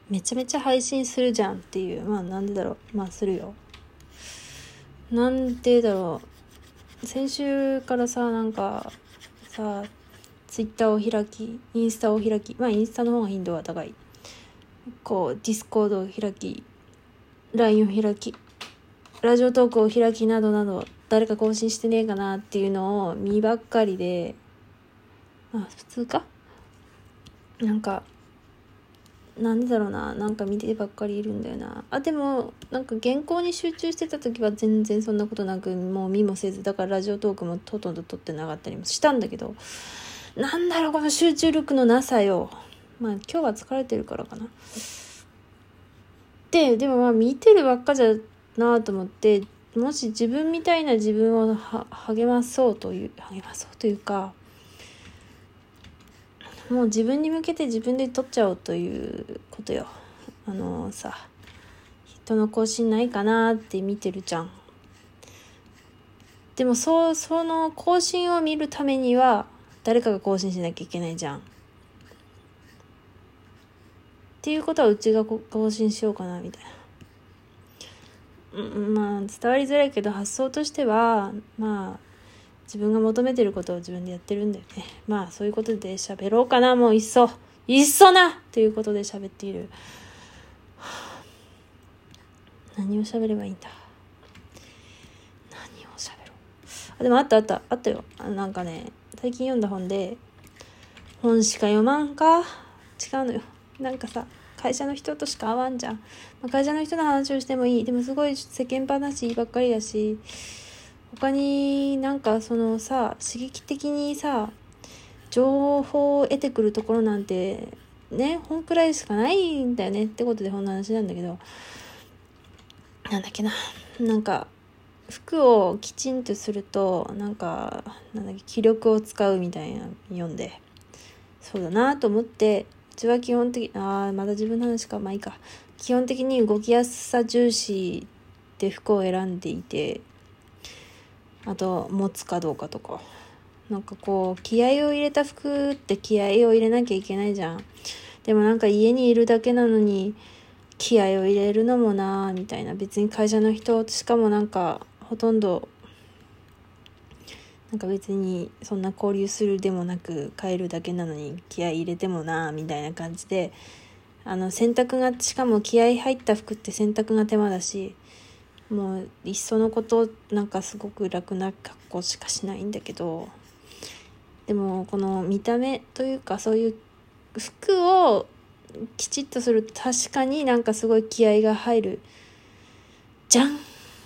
めちゃめちゃ配信するじゃんっていう。まあなんでだろう。まあするよ。なんでだろう。先週からさ、なんかさ、ツイッターを開き、インスタを開き、まあインスタの方が頻度は高い。こうディスコードを開き、LINE を開き、ラジオトークを開きなどなど、誰か更新してねえかなっていうのを見ばっかりで、まあ普通か。なんでだろうな、なんか見てばっかりいるんだよな。でもなんか原稿に集中してた時は全然そんなことなく、もう見もせず、だからラジオトークもほとんど撮ってなかったりもしたんだけど、なんだろうこの集中力のなさよ。まあ今日は疲れてるからかな。でもまあ見てるばっかじゃなと思って、もし自分みたいな自分を励まそうというか、もう自分に向けて自分で撮っちゃおうということよ。人の更新ないかなって見てるじゃん。でもその更新を見るためには誰かが更新しなきゃいけないじゃん。っていうことはうちが更新しようかなみたいな。まあ伝わりづらいけど、発想としてはまあ自分が求めてることを自分でやってるんだよね。まあそういうことで喋ろうかな。もういっそなということで喋っている。何を喋ればいいんだ。何を喋ろう。でもあったよ。なんかね、最近読んだ本で、本しか読まんか、違うのよ。なんかさ、会社の人としか会わんじゃん。会社の人の話をしてもいい。でもすごい世間話ばっかりだし、他になんかそのさ、刺激的にさ、情報を得てくるところなんてね、本くらいしかないんだよねってことで、本の話なんだけど、なんだっけな、なんか服をきちんとすると気力を使うみたいな読んで、そうだなと思って、うちは基本的まだ自分の話か、まあいいか、基本的に動きやすさ重視で服を選んでいて、あと持つかどうかとか、なんかこう気合を入れた服って気合を入れなきゃいけないじゃん。でもなんか家にいるだけなのに気合を入れるのもなみたいな。別に会社の人、しかもなんかほとんどなんか別にそんな交流するでもなく帰るだけなのに気合入れてもなみたいな感じで、洗濯が、しかも気合入った服って洗濯が手間だし、もういっそのことなんかすごく楽な格好しかしないんだけど、でもこの見た目というか、そういう服をきちっとすると確かになんかすごい気合が入るじゃん。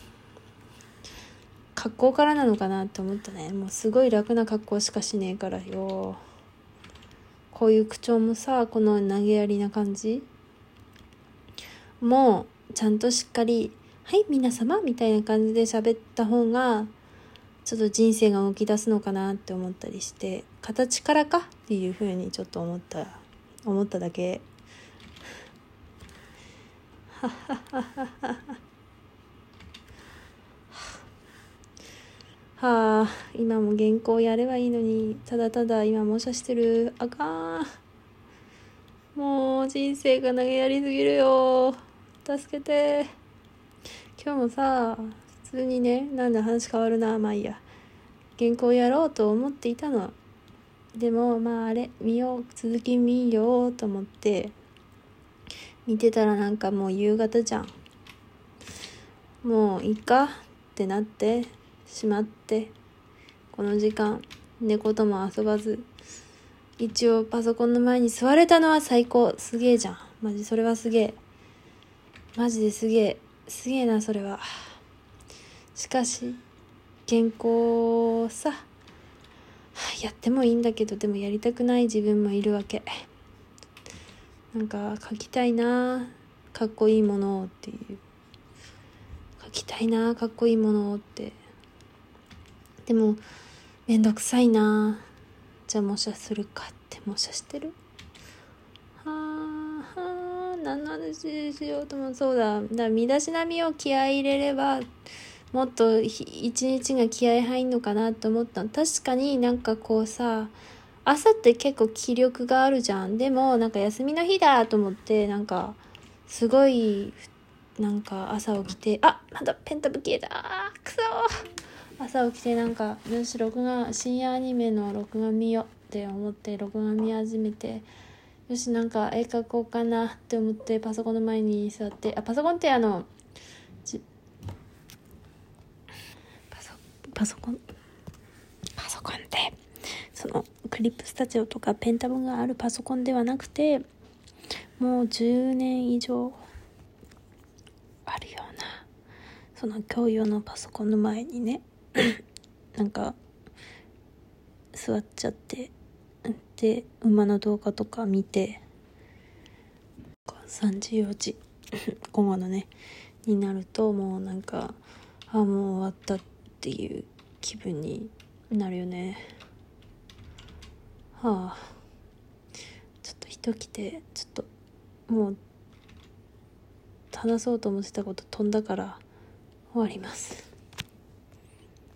格好からなのかなって思ったね。もうすごい楽な格好しかしねえからよ。こういう口調もさ、この投げやりな感じもうちゃんとしっかり、はい皆様みたいな感じで喋った方がちょっと人生が動き出すのかなって思ったりして、形からかっていう風にちょっと思っただけ。はあ、今も原稿やればいいのに、ただただ今模写してる。あかん。もう人生が投げやりすぎるよ。助けて。今日もさ、普通にね、なんで話変わるな、まあいいや。原稿やろうと思っていたの。でもまあ続き見ようと思って見てたら、なんかもう夕方じゃん。もういいかってなってしまって、この時間猫とも遊ばず一応パソコンの前に座れたのは最高。すげえじゃん。マジそれはすげえ。マジですげえ。すげえなそれは。しかし原稿さ、やってもいいんだけど、でもやりたくない自分もいるわけ。なんか書きたいな、かっこいいものをっていう。書きたいな、かっこいいものをって。でもめんどくさいな。じゃあ模写するかって模写してる。何の話しようとも。そうだ、身だしなみを気合い入れればもっと一日が気合入んのかなと思ったの。確かになんかこうさ、朝って結構気力があるじゃん。でもなんか休みの日だと思って、なんかすごいなんか朝起きて、まだペンタブ消えた、くそー。朝起きてなんかよし深夜アニメの録画見ようって思って録画見始めて、よしなんか絵描こうかなって思ってパソコンの前に座って、パソコンってパソコンってそのクリップスタジオとかペンタブがあるパソコンではなくて、もう10年以上あるようなその共用のパソコンの前にねなんか座っちゃって、で馬の動画とか見て、3時4時午後のねになるともうなんかもう終わったっていう気分になるよね。ちょっと人来て、ちょっともう話そうと思ってたこと飛んだから終わります。